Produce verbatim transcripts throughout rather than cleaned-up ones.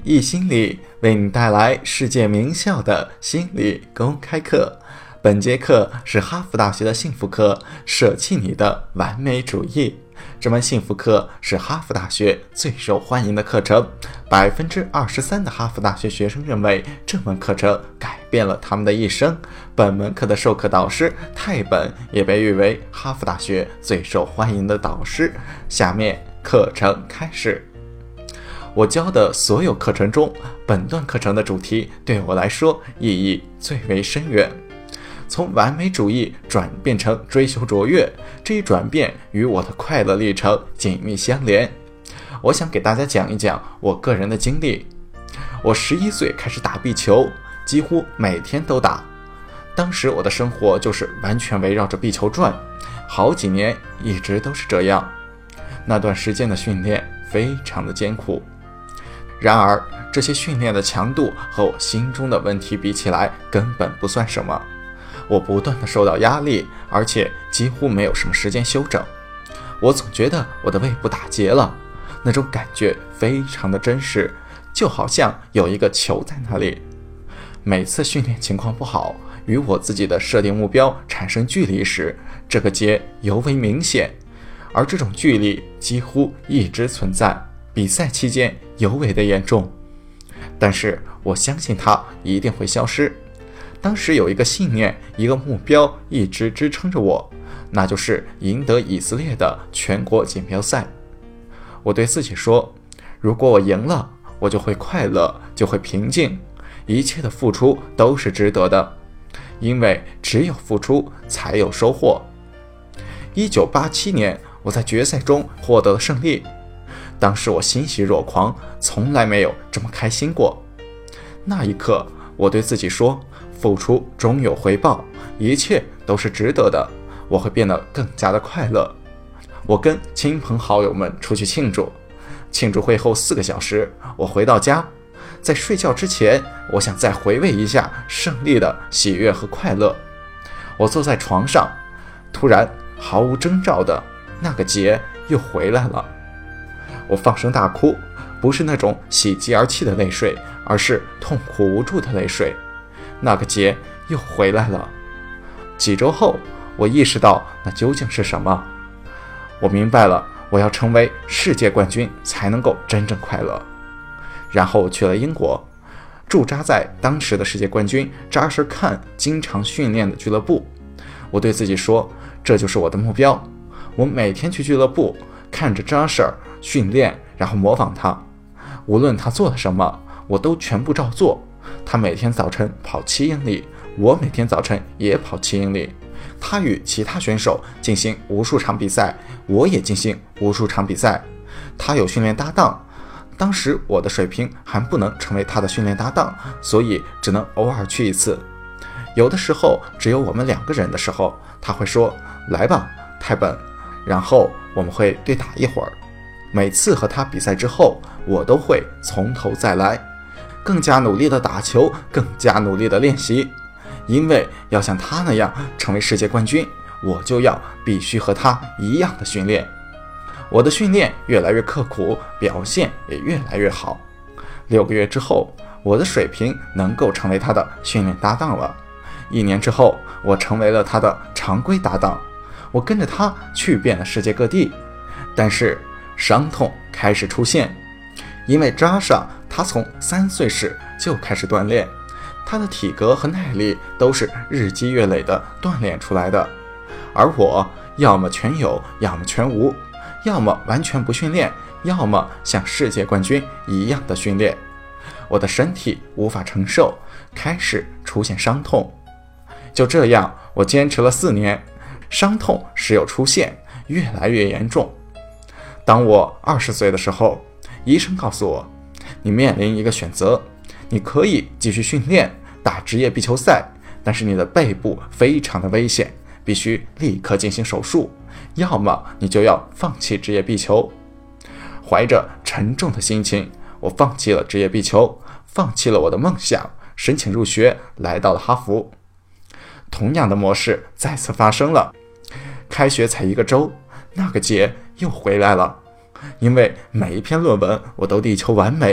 易心理为你带来世界名校的心理公开课。本节课是哈佛大学的幸福课，舍弃你的完美主义。这门幸福课是哈佛大学最受欢迎的课程， 百分之二十三 的哈佛大学学生认为这门课程改变了他们的一生。本门课的授课导师泰本也被誉为哈佛大学最受欢迎的导师。下面课程开始。我教的所有课程中，本段课程的主题对我来说意义最为深远。从完美主义转变成追求卓越，这一转变与我的快乐历程紧密相连。我想给大家讲一讲我个人的经历。我十一岁开始打壁球，几乎每天都打。当时我的生活就是完全围绕着壁球转，好几年一直都是这样。那段时间的训练非常的艰苦。然而，这些训练的强度和我心中的问题比起来，根本不算什么。我不断的受到压力，而且几乎没有什么时间休整。我总觉得我的胃部打结了，那种感觉非常的真实，就好像有一个球在那里。每次训练情况不好，与我自己的设定目标产生距离时，这个结尤为明显，而这种距离几乎一直存在，比赛期间尤为的严重。但是我相信它一定会消失。当时有一个信念，一个目标一直支撑着我，那就是赢得以色列的全国锦标赛。我对自己说，如果我赢了，我就会快乐，就会平静，一切的付出都是值得的，因为只有付出才有收获。一九八七年，我在决赛中获得了胜利，当时我欣喜若狂，从来没有这么开心过。那一刻，我对自己说，付出终有回报，一切都是值得的，我会变得更加的快乐。我跟亲朋好友们出去庆祝，庆祝会后四个小时，我回到家，在睡觉之前，我想再回味一下胜利的喜悦和快乐。我坐在床上，突然毫无征兆的那个结又回来了。我放声大哭，不是那种喜极而泣的泪水，而是痛苦无助的泪水。那个结又回来了。几周后，我意识到那究竟是什么。我明白了，我要成为世界冠军才能够真正快乐。然后去了英国，驻扎在当时的世界冠军扎什坎经常训练的俱乐部。我对自己说，这就是我的目标。我每天去俱乐部，看着扎什训练，然后模仿他。无论他做了什么，我都全部照做。他每天早晨跑七英里，我每天早晨也跑七英里。他与其他选手进行无数场比赛，我也进行无数场比赛。他有训练搭档，当时我的水平还不能成为他的训练搭档，所以只能偶尔去一次。有的时候只有我们两个人的时候，他会说，来吧，泰本，然后我们会对打一会儿。每次和他比赛之后，我都会从头再来，更加努力的打球，更加努力的练习，因为要像他那样成为世界冠军，我就要必须和他一样的训练。我的训练越来越刻苦，表现也越来越好。六个月之后，我的水平能够成为他的训练搭档了。一年之后，我成为了他的常规搭档。我跟着他去遍了世界各地，但是伤痛开始出现。因为扎什他从三岁时就开始锻炼，他的体格和耐力都是日积月累的锻炼出来的，而我要么全有，要么全无，要么完全不训练，要么像世界冠军一样的训练。我的身体无法承受，开始出现伤痛。就这样，我坚持了四年，伤痛时有出现，越来越严重。当我二十岁的时候，医生告诉我，你面临一个选择，你可以继续训练，打职业壁球赛，但是你的背部非常的危险，必须立刻进行手术，要么你就要放弃职业壁球。怀着沉重的心情，我放弃了职业壁球，放弃了我的梦想，申请入学，来到了哈佛。同样的模式再次发生了，开学才一个周，那个结又回来了。因为每一篇论文我都力求完美，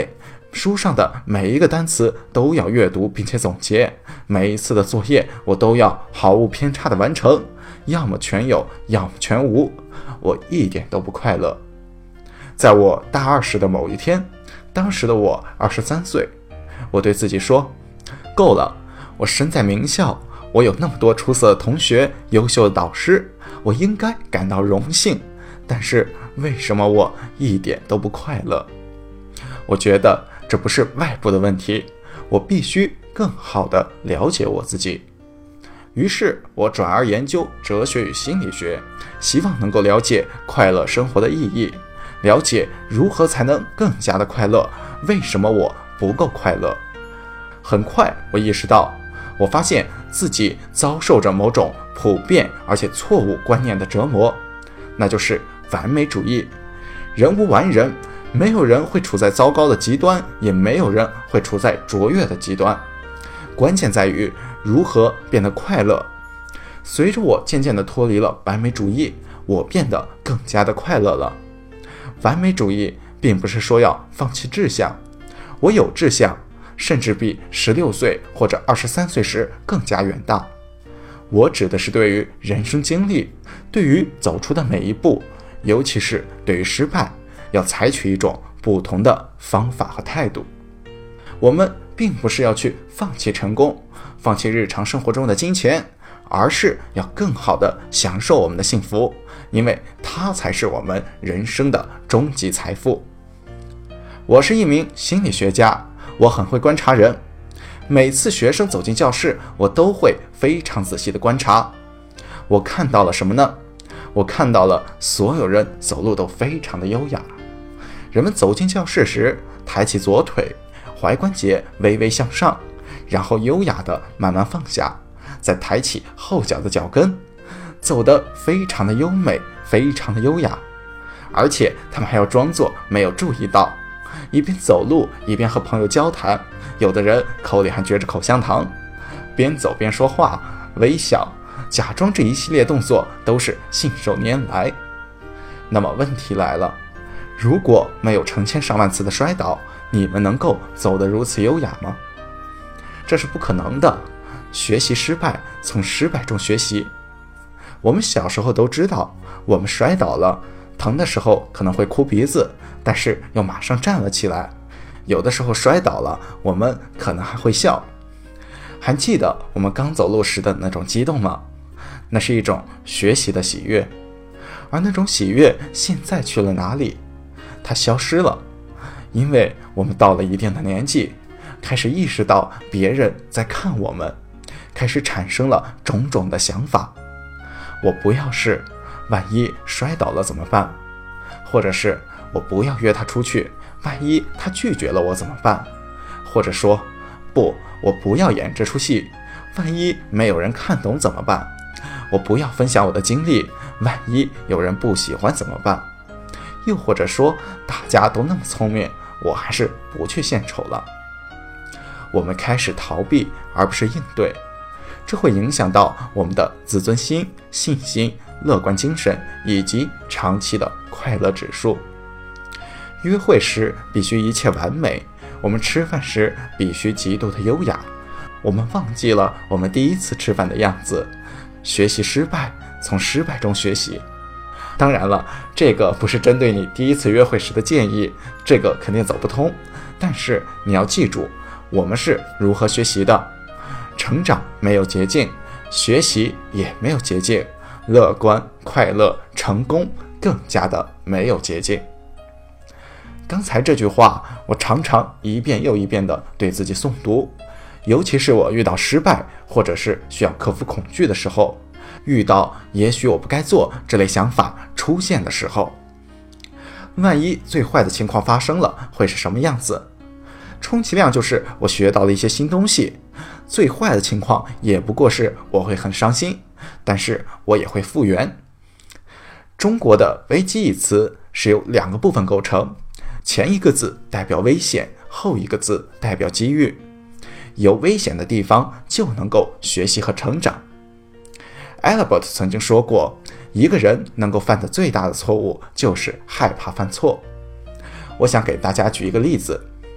书上的每一个单词都要阅读并且总结，每一次的作业我都要毫无偏差的完成，要么全有，要么全无，我一点都不快乐。在我大二时的某一天，当时的我二十三岁，我对自己说，够了，我身在名校，我有那么多出色的同学，优秀的导师，我应该感到荣幸，但是为什么我一点都不快乐？我觉得这不是外部的问题，我必须更好地了解我自己。于是我转而研究哲学与心理学，希望能够了解快乐生活的意义，了解如何才能更加的快乐，为什么我不够快乐。很快我意识到，我发现自己遭受着某种普遍而且错误观念的折磨，那就是完美主义。人无完人，没有人会处在糟糕的极端，也没有人会处在卓越的极端。关键在于如何变得快乐。随着我渐渐地脱离了完美主义，我变得更加的快乐了。完美主义并不是说要放弃志向，我有志向，甚至比十六岁或者二十三岁时更加远大。我指的是对于人生经历，对于走出的每一步，尤其是对于失败，要采取一种不同的方法和态度。我们并不是要去放弃成功，放弃日常生活中的金钱，而是要更好地享受我们的幸福，因为它才是我们人生的终极财富。我是一名心理学家，我很会观察人。每次学生走进教室，我都会非常仔细地观察。我看到了什么呢？我看到了所有人走路都非常的优雅。人们走进教室时，抬起左腿，踝关节微微向上，然后优雅地慢慢放下，再抬起后脚的脚跟，走得非常的优美，非常的优雅。而且他们还要装作没有注意到，一边走路一边和朋友交谈，有的人口里还嚼着口香糖，边走边说话，微笑，假装这一系列动作都是信手拈来。那么问题来了，如果没有成千上万次的摔倒，你们能够走得如此优雅吗？这是不可能的。学习失败，从失败中学习。我们小时候都知道，我们摔倒了，疼的时候可能会哭鼻子，但是又马上站了起来。有的时候摔倒了，我们可能还会笑。还记得我们刚走路时的那种激动吗？那是一种学习的喜悦。而那种喜悦现在去了哪里？它消失了，因为我们到了一定的年纪，开始意识到别人在看我们，开始产生了种种的想法。我不要是，万一摔倒了怎么办？或者是我不要约他出去，万一他拒绝了我怎么办？或者说，不，我不要演这出戏，万一没有人看懂怎么办？我不要分享我的经历，万一有人不喜欢怎么办？又或者说，大家都那么聪明，我还是不去献丑了。我们开始逃避而不是应对，这会影响到我们的自尊心、信心、乐观精神以及长期的快乐指数。约会时必须一切完美，我们吃饭时必须极度的优雅，我们忘记了我们第一次吃饭的样子。学习失败，从失败中学习。当然了，这个不是针对你第一次约会时的建议，这个肯定走不通。但是你要记住，我们是如何学习的。成长没有捷径，学习也没有捷径，乐观、快乐、成功更加的没有捷径。刚才这句话，我常常一遍又一遍地对自己诵读，尤其是我遇到失败，或者是需要克服恐惧的时候，遇到也许我不该做这类想法出现的时候。万一最坏的情况发生了，会是什么样子？充其量就是我学到了一些新东西，最坏的情况也不过是我会很伤心，但是我也会复原。中国的危机一词是由两个部分构成，前一个字代表危险，后一个字代表机遇。有危险的地方就能够学习和成长。Albert 曾经说过，一个人能够犯的最大的错误就是害怕犯错。我想给大家举一个例子，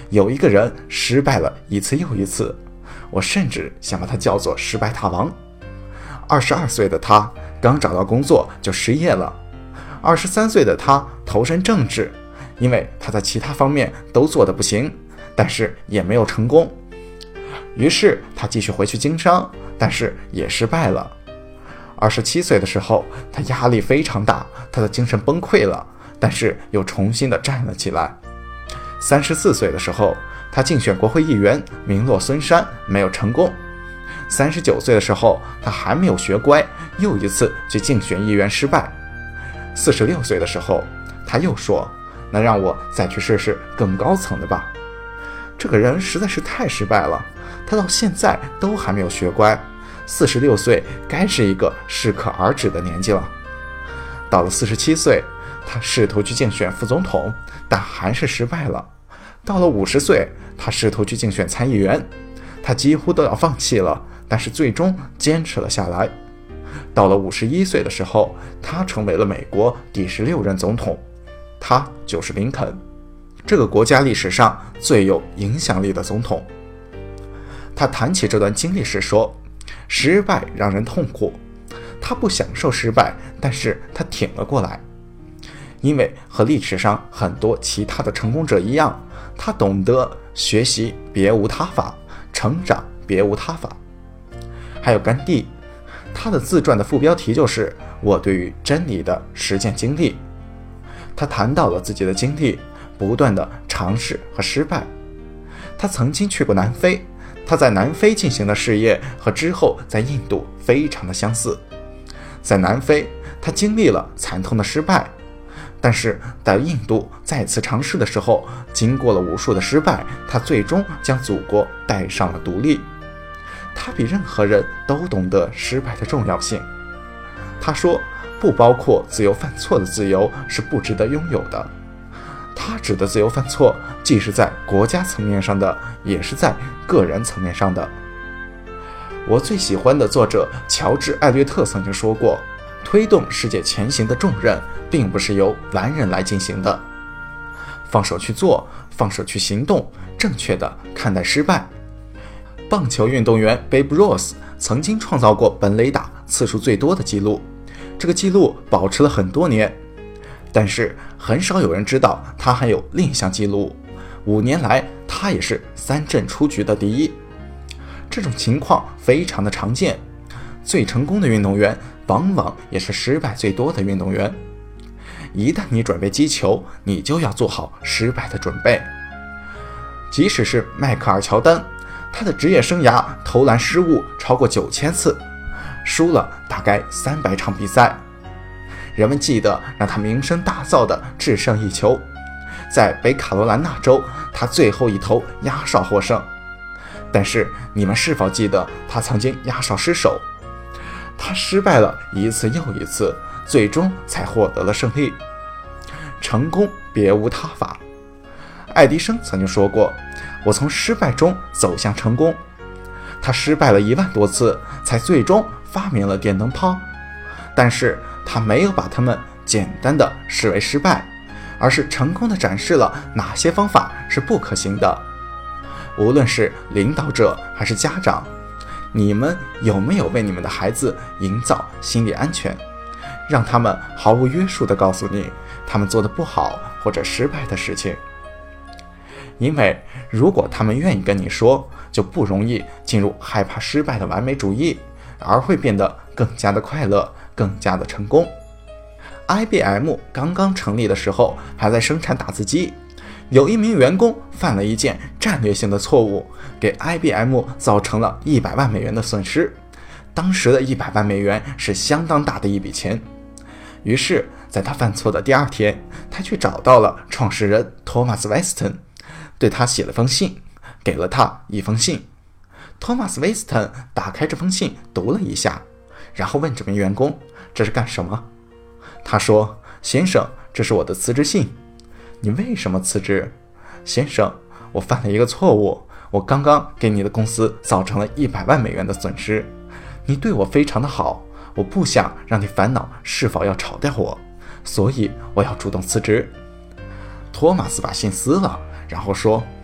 有一个人失败了一次又一次，我甚至想把他叫做失败大王。二十二岁的他刚找到工作就失业了，二十三岁的他投身政治，因为他在其他方面都做得不行，但是也没有成功。于是他继续回去经商，但是也失败了。二十七岁的时候，他压力非常大，他的精神崩溃了，但是又重新的站了起来。三十四岁的时候，他竞选国会议员，名落孙山，没有成功。三十九岁的时候，他还没有学乖，又一次去竞选议员失败。四十六岁的时候，他又说，那让我再去试试更高层的吧。这个人实在是太失败了，他到现在都还没有学乖。四十六岁该是一个适可而止的年纪了。到了四十七岁，他试图去竞选副总统，但还是失败了。到了五十岁，他试图去竞选参议员，他几乎都要放弃了，但是最终坚持了下来。到了五十一岁的时候，他成为了美国第十六任总统，他就是林肯，这个国家历史上最有影响力的总统。他谈起这段经历时说，失败让人痛苦，他不享受失败，但是他挺了过来。因为和历史上很多其他的成功者一样，他懂得学习别无他法，成长别无他法。还有甘地，他的自传的副标题就是我对于真理的实践经历。他谈到了自己的经历，不断的尝试和失败。他曾经去过南非，他在南非进行的事业和之后在印度非常的相似。在南非，他经历了惨痛的失败，但是在印度再次尝试的时候，经过了无数的失败，他最终将祖国带上了独立。他比任何人都懂得失败的重要性。他说，不包括自由犯错的自由是不值得拥有的。他指的自由犯错，既是在国家层面上的，也是在个人层面上的。我最喜欢的作者乔治·艾略特曾经说过，推动世界前行的重任并不是由完人来进行的。放手去做，放手去行动，正确的看待失败。棒球运动员 Babe Ruth 曾经创造过本垒打次数最多的记录，这个记录保持了很多年，但是很少有人知道他还有另一项记录，五年来他也是三振出局的第一。这种情况非常的常见，最成功的运动员往往也是失败最多的运动员。一旦你准备击球，你就要做好失败的准备。即使是迈克尔·乔丹，他的职业生涯投篮失误超过九千次，输了大概三百场比赛。人们记得让他名声大噪的制胜一球，在北卡罗来纳州，他最后一投压哨获胜。但是你们是否记得他曾经压哨失手？他失败了一次又一次，最终才获得了胜利。成功别无他法。爱迪生曾经说过，我从失败中走向成功。他失败了一万多次，才最终发明了电灯泡。但是他没有把它们简单的视为失败，而是成功的展示了哪些方法是不可行的。无论是领导者还是家长，你们有没有为你们的孩子营造心理安全，让他们毫无约束地告诉你他们做得不好或者失败的事情？因为如果他们愿意跟你说，就不容易进入害怕失败的完美主义，而会变得更加的快乐，更加的成功。I B M 刚刚成立的时候还在生产打字机，有一名员工犯了一件战略性的错误，给 I B M 造成了一百万美元的损失。当时的一百万美元是相当大的一笔钱。于是在他犯错的第二天，他去找到了创始人托马斯·威斯顿，对他写了封信，给了他一封信。托马斯·威斯顿打开这封信读了一下，然后问这名员工，这是干什么？他说，先生，这是我的辞职信。你为什么辞职？先生，我犯了一个错误，我刚刚给你的公司造成了一百万美元的损失。你对我非常的好，我不想让你烦恼是否要炒掉我，所以我要主动辞职。托马斯把信撕了，然后说，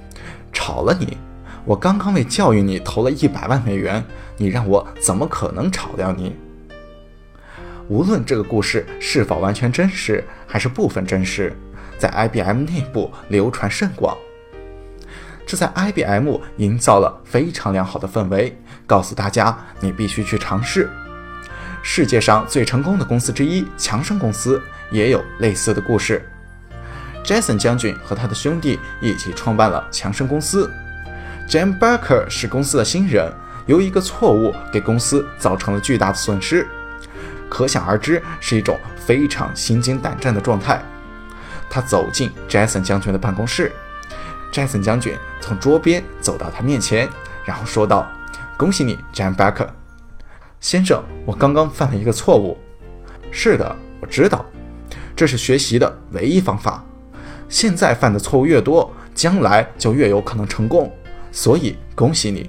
炒了你？我刚刚为教育你投了一百万美元，你让我怎么可能炒掉你？无论这个故事是否完全真实，还是部分真实，在 I B M 内部流传甚广。这在 I B M 营造了非常良好的氛围，告诉大家你必须去尝试。世界上最成功的公司之一强生公司也有类似的故事。Jason 将军和他的兄弟一起创办了强生公司。Jim Baker 是公司的新人，由一个错误给公司造成了巨大的损失，可想而知是一种非常心惊胆战的状态。他走进 Jason 将军的办公室， Jason 将军从桌边走到他面前，然后说道：恭喜你 Jim Baker。 先生，我刚刚犯了一个错误。是的，我知道，这是学习的唯一方法。现在犯的错误越多，将来就越有可能成功，所以恭喜你。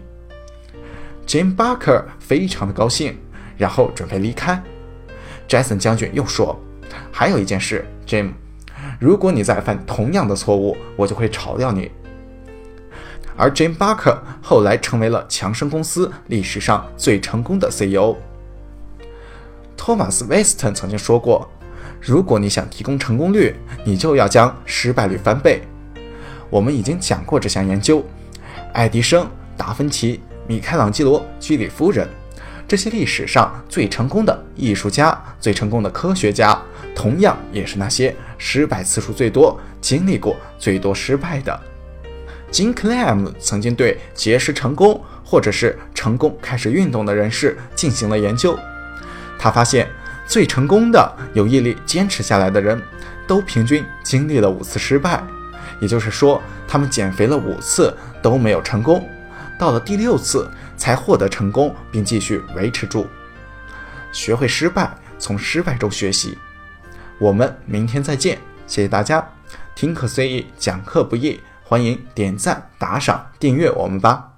Jim Baker 非常的高兴，然后准备离开。 Jason 将军又说，还有一件事 Jim， 如果你再犯同样的错误，我就会炒掉你。而 Jim Baker 后来成为了强生公司历史上最成功的 C E O。 托马斯·威斯顿曾经说过，如果你想提供成功率，你就要将失败率翻倍。我们已经讲过这项研究，爱迪生、达芬奇、米开朗基罗、居里夫人，这些历史上最成功的艺术家、最成功的科学家，同样也是那些失败次数最多、经历过最多失败的。Jim Clam 曾经对结识成功或者是成功开始运动的人士进行了研究，他发现最成功的有毅力坚持下来的人都平均经历了五次失败，也就是说他们减肥了五次都没有成功，到了第六次才获得成功并继续维持住。学会失败，从失败中学习。我们明天再见，谢谢大家。听课随意，讲课不易，欢迎点赞、打赏、订阅我们吧。